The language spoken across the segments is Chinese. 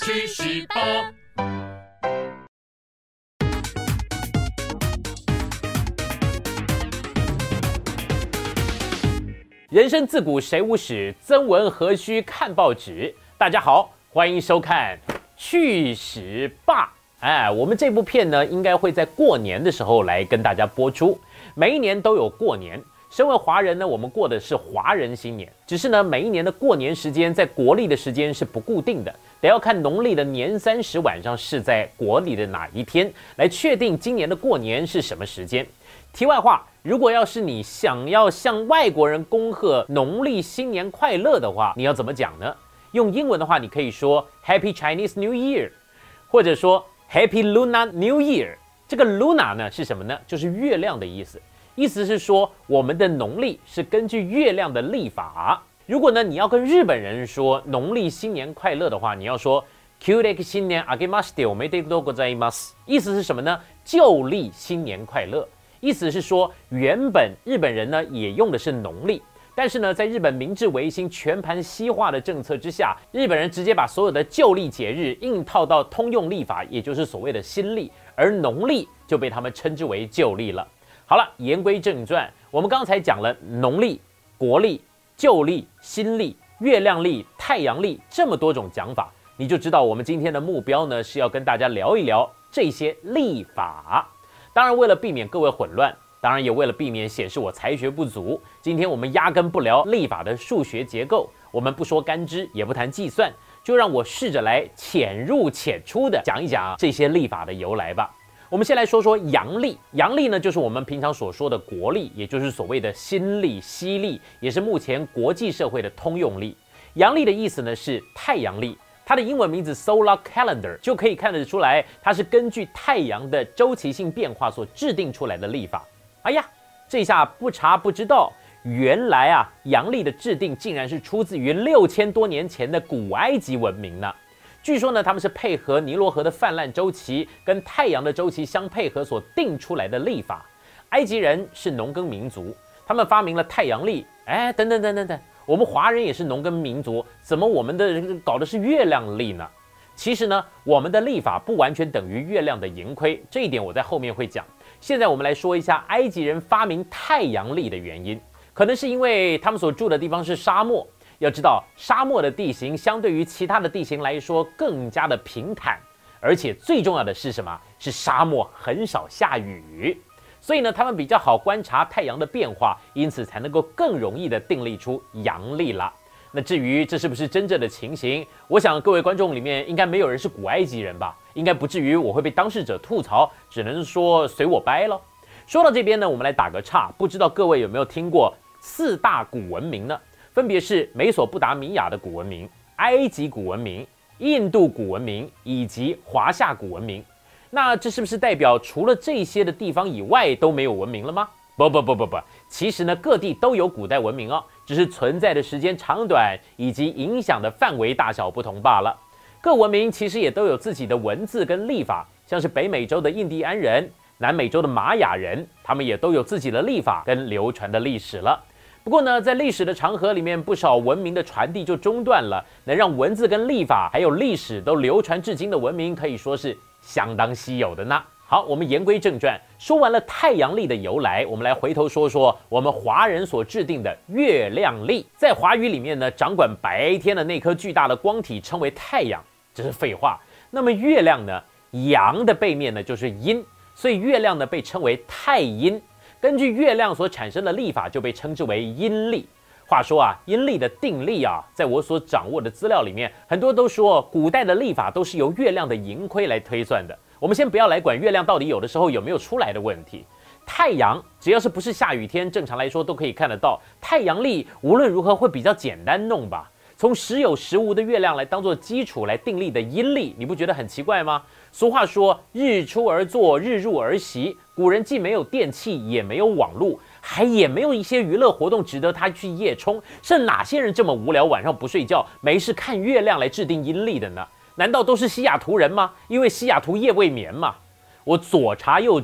去十八。 人生自古谁无死，曾闻何须看报纸。大家好，欢迎收看《去十霸》。我们这部片呢，应该会在过年的时候来跟大家播出。每一年都有过年，身为华人呢，我们过的是华人新年。只是呢，每一年的过年时间，在国历的时间是不固定的，得要看农历的年30晚上是在国历的哪一天，来确定今年的过年是什么时间。题外话，如果要是你想要向外国人恭贺农历新年快乐的话，你要怎么讲呢？用英文的话，你可以说 Happy Chinese New Year， 或者说 Happy Lunar New Year。这个 Luna 呢是什么呢？就是月亮的意思。意思是说，我们的农历是根据月亮的历法。如果呢你要跟日本人说农历新年快乐的话，你要说 Kyureki 新年あけましておめでとうございます。意思是什么呢？旧历新年快乐。意思是说，原本日本人呢也用的是农历，但是呢，在日本明治维新全盘西化的政策之下，日本人直接把所有的旧历节日硬套到通用历法，也就是所谓的新历，而农历就被他们称之为旧历了。好了，言归正传，我们刚才讲了农历、国历、旧历、新历、月亮历、太阳历这么多种讲法，你就知道我们今天的目标呢是要跟大家聊一聊这些历法。当然，为了避免各位混乱，当然也为了避免显示我才学不足，今天我们压根不聊历法的数学结构，我们不说干支，也不谈计算，就让我试着来浅入浅出的讲一讲这些历法的由来吧。我们先来说说阳历。阳历呢，就是我们平常所说的国历，也就是所谓的新历、西历，也是目前国际社会的通用历。阳历的意思呢是太阳历。它的英文名字 Solar Calendar 就可以看得出来，它是根据太阳的周期性变化所制定出来的历法。哎呀，这下不查不知道，原来阳历的制定竟然是出自于6000多年前的古埃及文明呢。据说呢，他们是配合尼罗河的泛滥周期跟太阳的周期相配合所定出来的历法。埃及人是农耕民族，他们发明了太阳历。等等。我们华人也是农耕民族，怎么我们的搞的是月亮历呢？其实呢，我们的历法不完全等于月亮的盈亏，这一点我在后面会讲。现在我们来说一下埃及人发明太阳历的原因，可能是因为他们所住的地方是沙漠。要知道，沙漠的地形相对于其他的地形来说更加的平坦，而且最重要的是什么？是沙漠很少下雨。所以呢，他们比较好观察太阳的变化，因此才能够更容易的订立出阳历了。那至于这是不是真正的情形，我想各位观众里面应该没有人是古埃及人吧？应该不至于我会被当事者吐槽，只能说随我掰咯。说到这边呢，我们来打个岔，不知道各位有没有听过4大古文明呢？分别是美索不达米亚的古文明、埃及古文明、印度古文明以及华夏古文明。那这是不是代表除了这些的地方以外都没有文明了吗？不，其实呢，各地都有古代文明哦，只是存在的时间长短以及影响的范围大小不同罢了。各文明其实也都有自己的文字跟历法，像是北美洲的印第安人、南美洲的玛雅人，他们也都有自己的历法跟流传的历史了。不过呢，在历史的长河里面，不少文明的传递就中断了，能让文字跟历法还有历史都流传至今的文明，可以说是相当稀有的呢。好，我们言归正传，说完了太阳历的由来，我们来回头说说我们华人所制定的月亮历。在华语里面呢，掌管白天的那颗巨大的光体称为太阳，这是废话。那么月亮呢，阳的背面呢就是阴，所以月亮呢被称为太阴。根据月亮所产生的历法，就被称之为阴历。话说阴历的定历在我所掌握的资料里面，很多都说古代的历法都是由月亮的盈亏来推算的。我们先不要来管月亮到底有的时候有没有出来的问题，太阳只要是不是下雨天，正常来说都可以看得到。太阳历无论如何会比较简单弄吧？从时有时无的月亮来当做基础来订立的阴历，你不觉得很奇怪吗？俗话说日出而作，日入而息。古人既没有电器，也没有网络，也没有一些娱乐活动值得他去夜冲，是哪些人这么无聊，晚上不睡觉，没事看月亮来制定阴历的呢？难道都是西雅图人吗？因为西雅图夜未眠嘛。我左查右找，对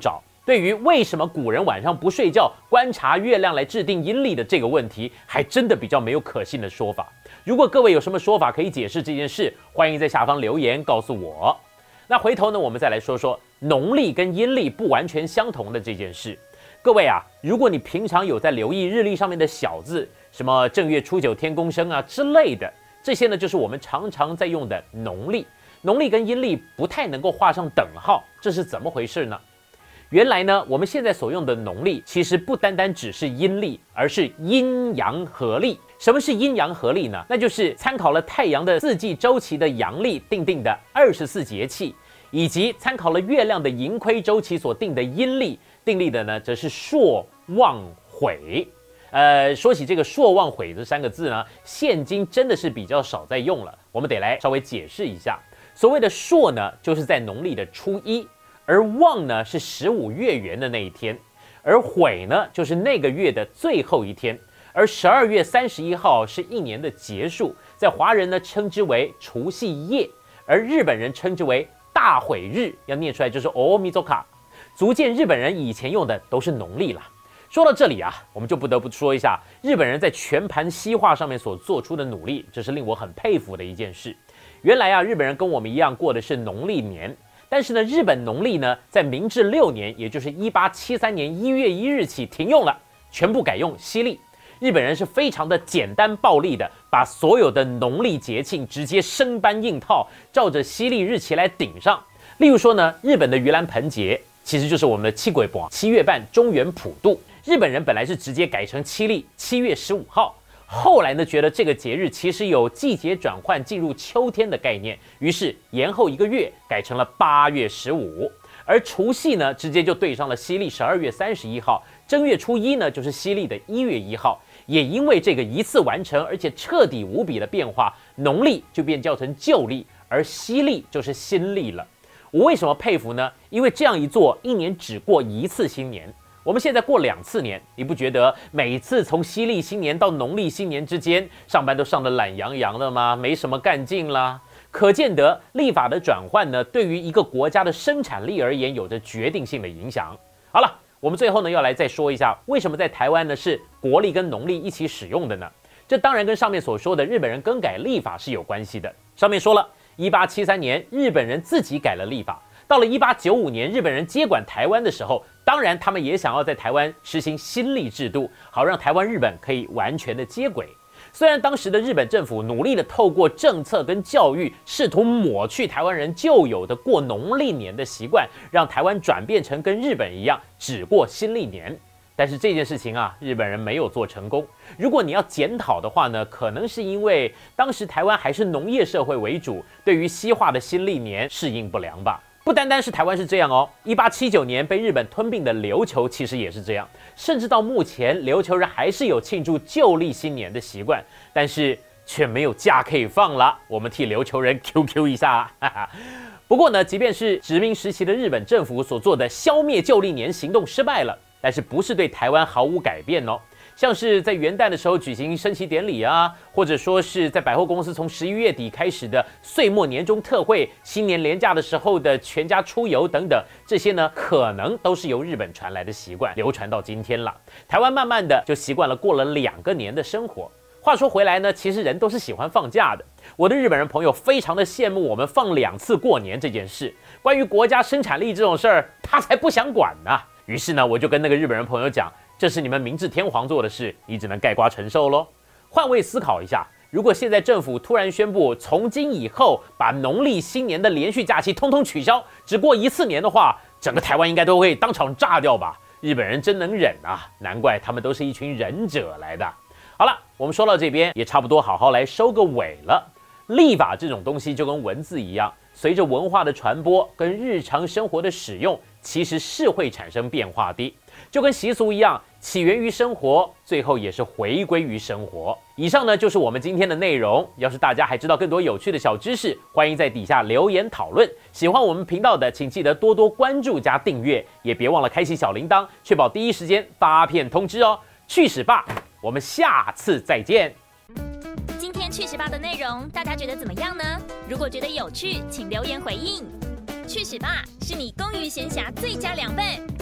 对于为什么古人晚上不睡觉观察月亮来制定阴历的这个问题，还真的比较没有可信的说法。如果各位有什么说法可以解释这件事，欢迎在下方留言告诉我。那回头呢，我们再来说说农历跟阴历不完全相同的这件事。各位啊，如果你平常有在留意日历上面的小字，什么正月初九天公生啊之类的，这些呢就是我们常常在用的农历。农历跟阴历不太能够画上等号，这是怎么回事呢？原来呢，我们现在所用的农历其实不单单只是阴历，而是阴阳合历。什么是阴阳合历呢？那就是参考了太阳的四季周期的阳历定的24节气，以及参考了月亮的盈亏周期所定的阴历定立的呢，则是朔望悔。说起这个朔望悔这3个字呢，现今真的是比较少在用了，我们得来稍微解释一下。所谓的朔呢，就是在农历的初一，而望呢是15月圆的那一天，而悔呢就是那个月的最后一天，而12月31号是一年的结束，在华人呢称之为除夕夜，而日本人称之为大悔日，要念出来就是哦米佐卡。足见日本人以前用的都是农历啦。说到这里啊，我们就不得不说一下日本人在全盘西化上面所做出的努力，这是令我很佩服的一件事。原来啊，日本人跟我们一样过的是农历年，但是呢，日本农历呢，在明治6年，也就是1873年1月1日起停用了，全部改用西历。日本人是非常的简单暴力的，把所有的农历节庆直接生搬硬套，照着西历日期来顶上。例如说呢，日本的盂兰盆节其实就是我们的七鬼半、7月半、中元普渡。日本人本来是直接改成七历7月15号，后来呢觉得这个节日其实有季节转换进入秋天的概念，于是延后1个月，改成了8月15。而除夕呢，直接就对上了西历12月31号，正月初一呢就是西历的1月1号。也因为这个一次完成而且彻底无比的变化，农历就变叫成旧历，而西历就是新历了。我为什么佩服呢？因为这样一做，一年只过1次新年。我们现在过2次年，你不觉得每次从西历新年到农历新年之间，上班都上得懒洋洋的吗？没什么干劲啦。可见得历法的转换呢，对于一个国家的生产力而言，有着决定性的影响。好了，我们最后呢要来再说一下，为什么在台湾呢是国历跟农历一起使用的呢？这当然跟上面所说的日本人更改历法是有关系的。上面说了，1873年日本人自己改了历法。到了1895年，日本人接管台湾的时候，当然他们也想要在台湾实行新历制度，好让台湾日本可以完全的接轨。虽然当时的日本政府努力的透过政策跟教育，试图抹去台湾人旧有的过农历年的习惯，让台湾转变成跟日本一样只过新历年。但是这件事情啊，日本人没有做成功。如果你要检讨的话呢，可能是因为当时台湾还是农业社会为主，对于西化的新历年适应不良吧。不单单是台湾是这样哦，1879年被日本吞并的琉球其实也是这样，甚至到目前，琉球人还是有庆祝旧历新年的习惯，但是却没有假可以放了。我们替琉球人 QQ 一下，哈哈。不过呢，即便是殖民时期的日本政府所做的消灭旧历年行动失败了，但是不是对台湾毫无改变哦。像是在元旦的时候举行升旗典礼啊，或者说是在百货公司从11月底开始的岁末年终特惠、新年连假的时候的全家出游等等，这些呢可能都是由日本传来的习惯流传到今天了。台湾慢慢的就习惯了过了2个年的生活。话说回来呢，其实人都是喜欢放假的。我的日本人朋友非常的羡慕我们放2次过年这件事。关于国家生产力这种事儿，他才不想管呢。于是呢，我就跟那个日本人朋友讲，这是你们明治天皇做的事，你只能概括承受咯。换位思考一下，如果现在政府突然宣布从今以后把农历新年的连续假期通通取消，只过1次年的话，整个台湾应该都会当场炸掉吧。日本人真能忍啊，难怪他们都是一群忍者来的。好了，我们说到这边也差不多好好来收个尾了。历法这种东西就跟文字一样，随着文化的传播跟日常生活的使用，其实是会产生变化的。就跟习俗一样，起源于生活，最后也是回归于生活。以上呢就是我们今天的内容。要是大家还知道更多有趣的小知识，欢迎在底下留言讨论。喜欢我们频道的，请记得多多关注加订阅，也别忘了开启小铃铛，确保第一时间发片通知哦。去史吧，我们下次再见。 今天去史吧的内容，大家觉得怎么样呢？如果觉得有趣，请留言回应。去史吧是你公余闲暇最佳良伴。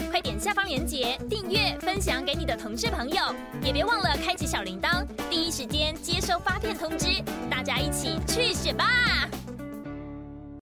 快点下方链接订阅，分享给你的同事朋友，也别忘了开启小铃铛，第一时间接收发片通知。大家一起去史吧！